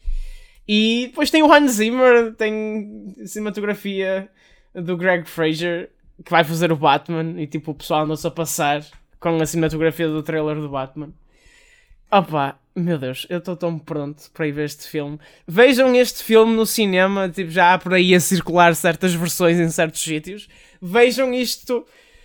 E depois tem o Hans Zimmer, tem cinematografia do Greg Fraser, que vai fazer o Batman. E tipo, o pessoal andou-se a passar com a cinematografia do trailer do Batman. Opa, meu Deus, eu estou tão pronto para ir ver este filme. Vejam este filme no cinema, tipo, já há por aí a circular certas versões em certos sítios. Vejam isto,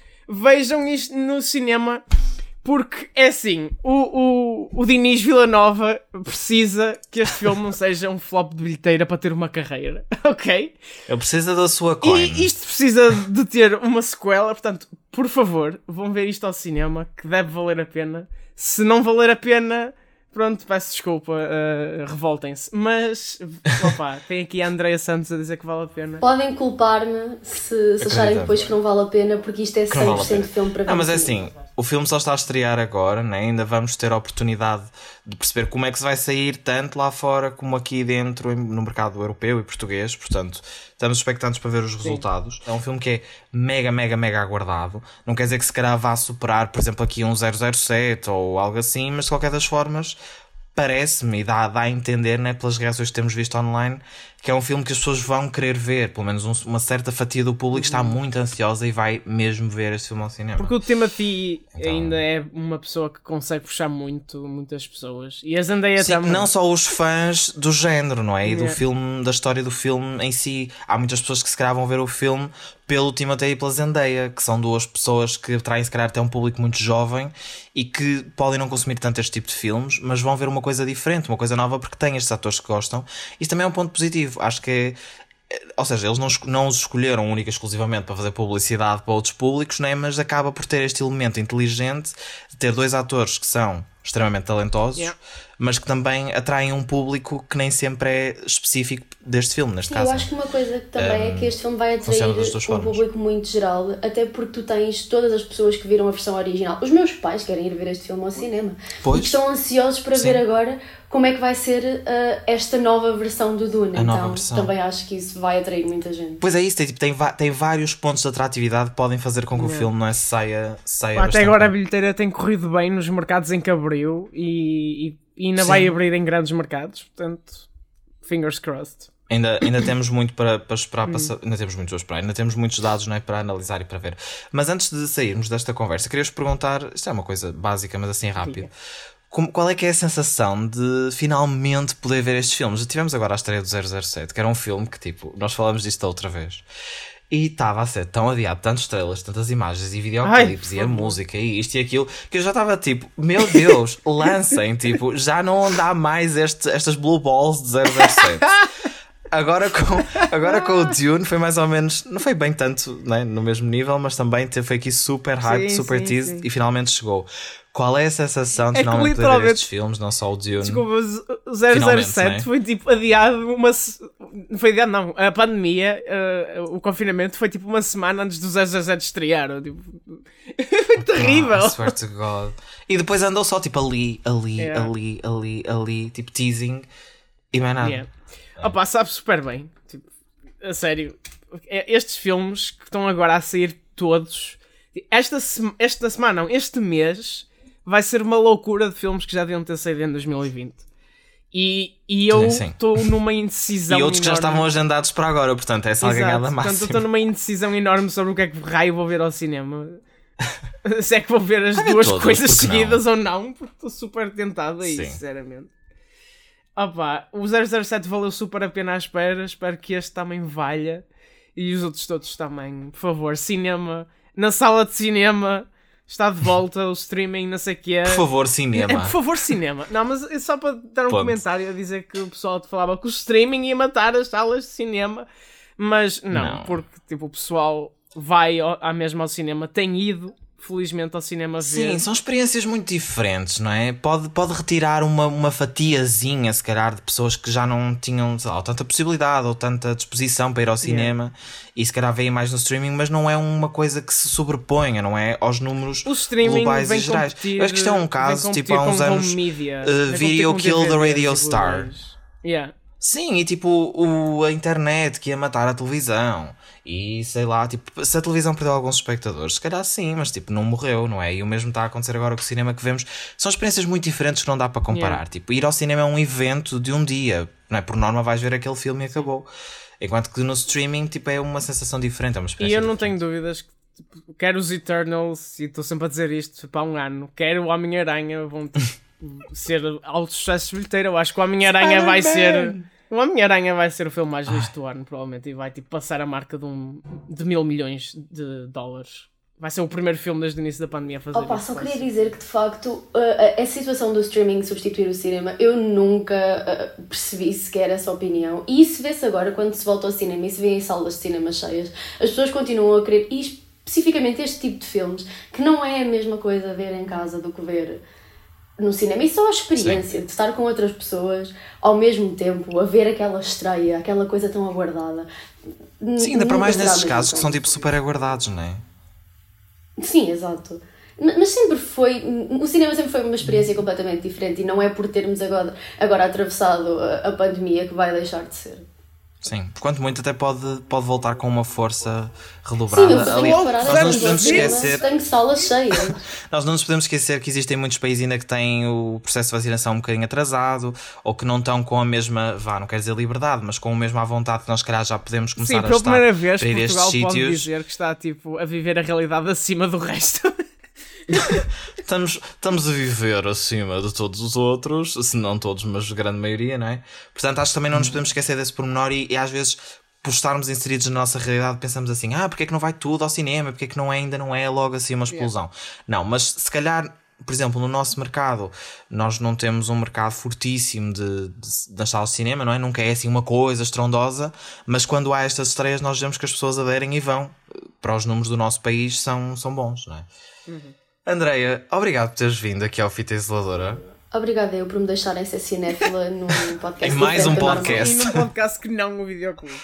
vejam isto no cinema, porque é assim, o, o, o Denis Villanova precisa que este filme não seja um flop de bilheteira para ter uma carreira, ok? Ele precisa da sua coin. E isto precisa de ter uma sequela, portanto, por favor, vão ver isto ao cinema, que deve valer a pena. Se não valer a pena, pronto, peço desculpa, uh, revoltem-se. Mas, opa, tem aqui a Andrea Santos a dizer que vale a pena. Podem culpar-me se, se acharem depois que não vale a pena, porque isto é cem por cento vale filme para ver. Ah, mas é assim, o filme só está a estrear agora, né? Ainda vamos ter a oportunidade de perceber como é que se vai sair, tanto lá fora como aqui dentro no mercado europeu e português. Portanto, estamos expectantes para ver os resultados. Sim. É um filme que é mega, mega, mega aguardado. Não quer dizer que se calhar vá superar, por exemplo, aqui um zero zero sete ou algo assim, mas de qualquer das formas, parece-me e dá, dá a entender, né, pelas reações que temos visto online, que é um filme que as pessoas vão querer ver. Pelo menos um, uma certa fatia do público está muito ansiosa e vai mesmo ver este filme ao cinema. Porque o Timothy Então... ainda é uma pessoa que consegue puxar muito, muitas pessoas. E a Zendaya Sim, também. não só os fãs do género, não é? E do Yeah. filme, da história do filme em si. Há muitas pessoas que se calhar vão ver o filme pelo Timothée e pela Zendaya, que são duas pessoas que atraem se calhar até um público muito jovem e que podem não consumir tanto este tipo de filmes, mas vão ver uma coisa diferente, uma coisa nova, porque têm estes atores que gostam. Isto também é um ponto positivo. Acho que é... Ou seja, eles não, não os escolheram única e exclusivamente para fazer publicidade para outros públicos, né? Mas acaba por ter este elemento inteligente de ter dois atores que são extremamente talentosos, Yeah. mas que também atraem um público que nem sempre é específico deste filme, neste Sim, caso. eu acho que uma coisa que também Um, é que este filme vai funciona atrair das duas um formas. público muito geral, até porque tu tens todas as pessoas que viram a versão original. Os meus pais querem ir ver este filme ao cinema Pois. e que estão ansiosos para Sim. ver agora como é que vai ser uh, esta nova versão do Dune. A então nova versão. também acho que isso vai atrair muita gente. Pois é isso, tem, tipo, tem, va- tem vários pontos de atratividade que podem fazer com que Yeah. o filme não é, saia, saia Pá, até bastante agora a bem. bilheteira tem corrido bem nos mercados em que abriu e, e- e ainda Sim. vai abrir em grandes mercados, portanto, fingers crossed. Ainda, ainda temos muito para, para esperar, Hum. para sa- ainda temos muito para esperar, ainda temos muitos dados, não é, para analisar e para ver. Mas antes de sairmos desta conversa, queria-vos perguntar, isto é uma coisa básica, mas assim rápido. Diga. Como, qual é que é a sensação de finalmente poder ver estes filmes? Já tivemos agora a estreia do zero zero sete, que era um filme que, tipo, nós falamos disto da outra vez. E estava a ser tão adiado, tantas estrelas, tantas imagens e videoclipes Ai, e a por favor. música e isto e aquilo, que eu já estava tipo, meu Deus, lancem, tipo, já não dá mais este, estas blue balls de zero zero sete. Agora com, agora com o Dune foi mais ou menos, não foi bem tanto, né, no mesmo nível, mas também teve, foi aqui super hype, Sim, super sim, teased sim. e finalmente chegou. Qual é a sensação de É que finalmente poder ver literalmente- estes filmes, não só o Dune? Desculpa, o zero zero sete Finalmente, foi tipo adiado uma. se- Não foi adiado, não. A pandemia, eh, o confinamento foi tipo uma semana antes do zero zero sete estrear. Tipo... foi terrível. Ah, swear to God. E depois andou só tipo ali, ali, Yeah. ali, ali, ali, tipo teasing e mais nada. Yeah. Opa, sabe super bem. Tipo, a sério, é- estes filmes que estão agora a sair todos. Esta, sema- esta semana, não, este mês vai ser uma loucura de filmes que já deviam ter saído em dois mil e vinte. E, e eu Sim, sim. estou numa indecisão. E outros que já enorme. estavam agendados para agora, portanto, essa é a Exato. ganhada Portanto, eu máxima. estou numa indecisão enorme sobre o que é que raio vou ver ao cinema. Se é que vou ver as Vai ver duas todas, coisas porque não? seguidas ou não, porque estou super tentado a isso, Sim. sinceramente. Opa, o zero zero sete valeu super a pena à espera, espero que este também valha e os outros todos também. Por favor, cinema, na sala de cinema, está de volta, o streaming, não sei o que é. Por favor, É, cinema. por favor, cinema. Não, mas é só para dar um Ponto. comentário a dizer que o pessoal te falava que o streaming ia matar as salas de cinema, mas não, Não. porque tipo, o pessoal vai ao, à mesma ao cinema, tem ido, felizmente, ao cinema ver. Sim, são experiências muito diferentes, não é? Pode, pode retirar uma, uma fatiazinha, se calhar, de pessoas que já não tinham, sei lá, ou tanta possibilidade ou tanta disposição para ir ao cinema, yeah. e se calhar veem mais no streaming, mas não é uma coisa que se sobreponha, não é? Aos números globais e gerais. Eu acho que isto é um caso, tipo, há uns anos, media, uh, Video Kill the Radio Star. Yeah. Sim, e tipo, o, a internet que ia matar a televisão. E sei lá, tipo, se a televisão perdeu alguns espectadores, se calhar sim, mas tipo, não morreu, não é? E o mesmo está a acontecer agora com o cinema que vemos. São experiências muito diferentes que não dá para comparar. Yeah. Tipo, ir ao cinema é um evento de um dia, não é? Por norma vais ver aquele filme e acabou. Enquanto que no streaming, tipo, é uma sensação diferente, é uma experiência E eu não diferente. tenho dúvidas que tipo, quero os Eternals, e estou sempre a dizer isto para um ano, quero o Homem-Aranha, vão ser alto sucesso de bilheteiro. Eu acho que o Homem-Aranha vai ser... O Homem-Aranha vai ser o filme mais visto do ano, provavelmente, e vai tipo, passar a marca de, um, de mil milhões de dólares. Vai ser o primeiro filme desde o início da pandemia a fazer Opa, isso. Só queria dizer que, de facto, a, a situação do streaming substituir o cinema, eu nunca uh, percebi sequer essa opinião. E isso vê-se agora, quando se volta ao cinema e se vê em salas de cinema cheias, as pessoas continuam a querer, e especificamente este tipo de filmes, que não é a mesma coisa ver em casa do que ver no cinema. E só a experiência Sim. de estar com outras pessoas ao mesmo tempo, a ver aquela estreia, aquela coisa tão aguardada. Sim, ainda para mais nesses casos que são tipo super aguardados, não é? Sim, exato. Mas sempre foi, o cinema sempre foi uma experiência completamente diferente, e não é por termos agora, agora atravessado a, a pandemia que vai deixar de ser. Sim, quanto muito até pode, pode voltar com uma força redobrada. Sim, eu Ali, nós não nos podemos esquecer. Tenho salas cheias. Nós não nos podemos esquecer que existem muitos países ainda que têm o processo de vacinação um bocadinho atrasado, ou que não estão com a mesma, vá, não quero dizer liberdade, mas com a mesma vontade que nós, se calhar, já podemos começar Sim, a estar primeira vez, para ir a estes Portugal sítios. Pode dizer que está tipo, a viver a realidade acima do resto. estamos, estamos a viver acima de todos os outros, se não todos, mas a grande maioria, não é? Portanto, acho que também não nos podemos esquecer desse pormenor, e, e às vezes, por estarmos inseridos na nossa realidade, pensamos assim, ah, porque é que não vai tudo ao cinema? Porque é que não é, ainda não é logo assim uma explosão? Yeah. Não, mas se calhar, por exemplo, no nosso mercado, nós não temos um mercado fortíssimo de, de, das salas de cinema, não é? Nunca é assim uma coisa estrondosa, mas quando há estas estreias nós vemos que as pessoas aderem e vão. Para os números do nosso país são, são bons, não é? Uhum. Andreia, obrigado por teres vindo aqui ao Fita Isoladora. Obrigada eu por me deixarem ser cinéfila num podcast. Em mais um podcast. E num podcast que não o videoclube.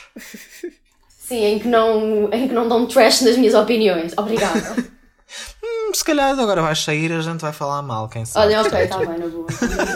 Sim, em que, não, em que não dão trash nas minhas opiniões. Obrigada. hum, se calhar agora vais sair, a gente vai falar mal, quem sabe. Olha, ok, está bem, na boa.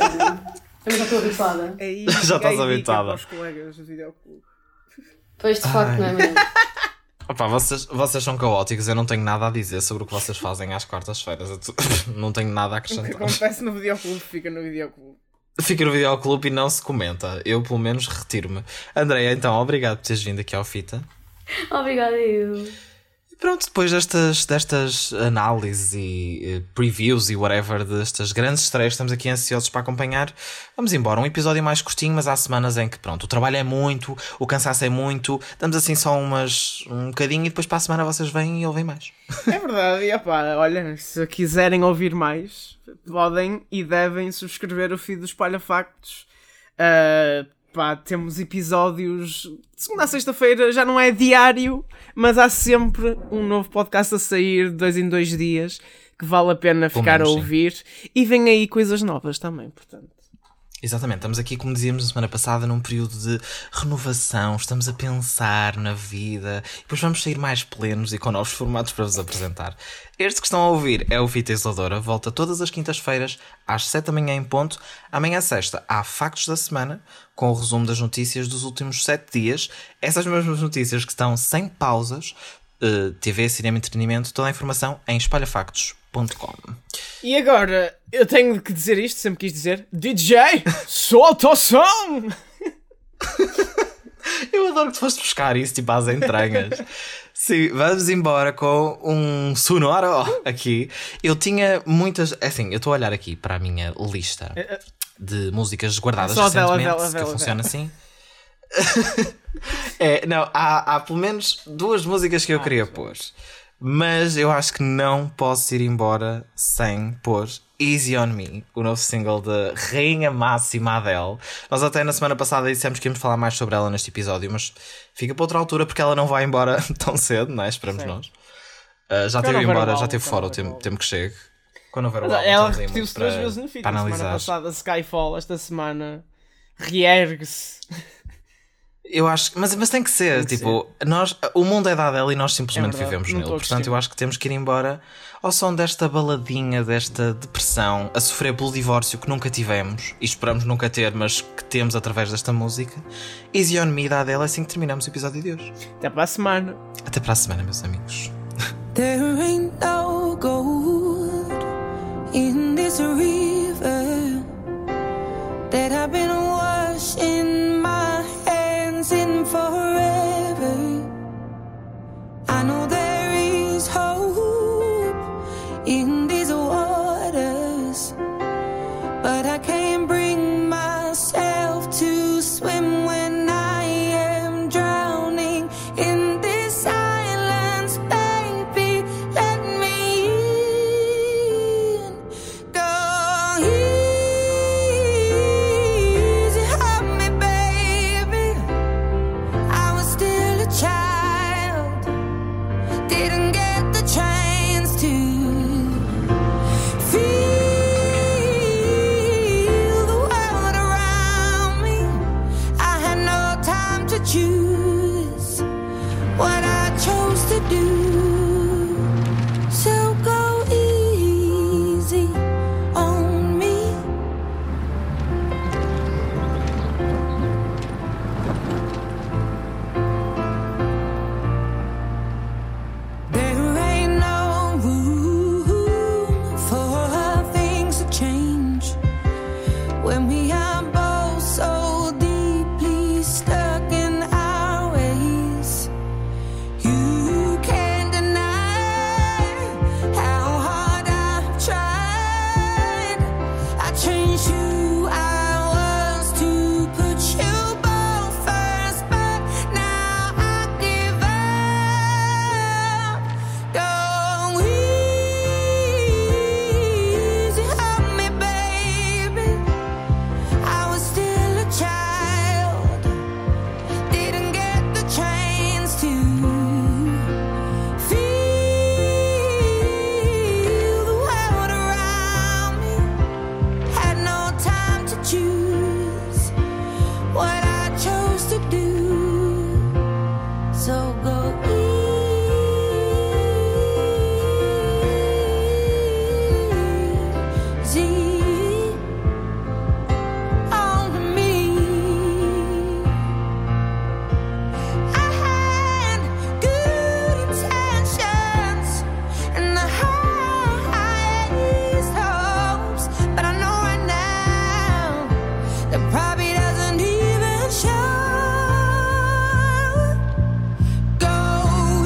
Eu já estou habituada. É aí, já estás é habituada. Para os colegas do videoclube. Pois, de facto, não é mesmo? Opa, vocês, vocês são caóticos, eu não tenho nada a dizer sobre o que vocês fazem às quartas-feiras. Não tenho nada a acrescentar. O que acontece no videoclube fica no videoclube. Fica no videoclube e não se comenta. Eu, pelo menos, retiro-me. Andreia, então, obrigado por teres vindo aqui ao Fita. Obrigada eu. Pronto, depois destas, destas análises e uh, previews e whatever destas grandes estreias, estamos aqui ansiosos para acompanhar. Vamos embora, um episódio mais curtinho, mas há semanas em que pronto, o trabalho é muito, o cansaço é muito, damos assim só umas, um bocadinho e depois para a semana vocês vêm e ouvem mais. É verdade, e opá, olha, se quiserem ouvir mais, podem e devem subscrever o feed do Espalha Factos. Uh, Pá, temos episódios de segunda a sexta-feira, já não é diário, mas há sempre um novo podcast a sair de dois em dois dias que vale a pena ficar menos, a ouvir. Sim. E vem aí coisas novas também, portanto. Exatamente, estamos aqui, como dizíamos na semana passada, num período de renovação, estamos a pensar na vida e depois vamos sair mais plenos e com novos formatos para vos apresentar. Este que estão a ouvir é o Fita Isoladora, volta todas as quintas-feiras às sete da manhã em ponto. Amanhã sexta há Factos da Semana, com o resumo das notícias dos últimos sete dias. Essas mesmas notícias que estão sem pausas, uh, T V, cinema e entretenimento, toda a informação em espalha factos ponto com. E agora, eu tenho que dizer isto, sempre quis dizer, D J, solta o som! Eu adoro que tu foste buscar isso, tipo, às entranhas. Sim, vamos embora com um sonoro aqui. Eu tinha muitas... Assim, eu estou a olhar aqui para a minha lista de músicas guardadas só recentemente, dela, dela, que dela, funciona dela. assim. É, não, há, há pelo menos duas músicas que eu ah, queria sim. pôr. Mas eu acho que não posso ir embora sem pôr Easy On Me, o novo single da Rainha Máxima Adele. Nós até na semana passada dissemos que íamos falar mais sobre ela neste episódio, mas fica para outra altura porque ela não vai embora tão cedo, não é? Esperamos Sim. nós. Uh, já teve embora, já teve fora o tempo, tempo que chega. Quando houver o álbum, ela repetiu-se duas vezes no fim. A semana passada Skyfall, esta semana reergue-se. Eu acho, mas, mas tem que ser, tem tipo, que ser. Nós, o mundo é da Adele e nós simplesmente é vivemos nele. Portanto, eu acho que temos que ir embora ao som desta baladinha, desta depressão, a sofrer pelo divórcio que nunca tivemos e esperamos nunca ter, mas que temos através desta música. Easy On Me da Adele, é assim que terminamos o episódio de hoje. Até para a semana. Até para a semana, meus amigos. There ain't no gold in this river that I've been washing my hands in forever. I know there is hope in these waters, but I can't bring myself to swim when I am drowning in this silence. Baby, let me in. Go easy on me, baby. I was still a child, didn't get the chance to feel the world around me. I had no time to choose what I chose to do. So go easy on me. There ain't no room for things to change when we are both so deeply stuck in our ways. You can't deny how hard I've tried. I changed who I was to put you both first, but now I give up. Go easy on me, baby. I was still a child, didn't get the chance to feel the world around me. Had no time to choose what I chose to do. So go easy on me. I had good intentions and the highest hopes, but I know right now that probably doesn't even show. Go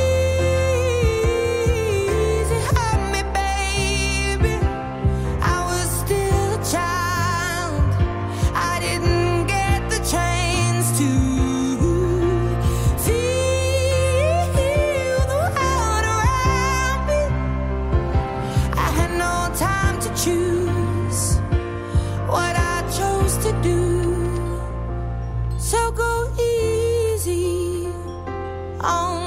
easy on me, baby. I was still a child, I didn't get the chance to feel the world around me. I had no time to choose what I chose to do. So go easy on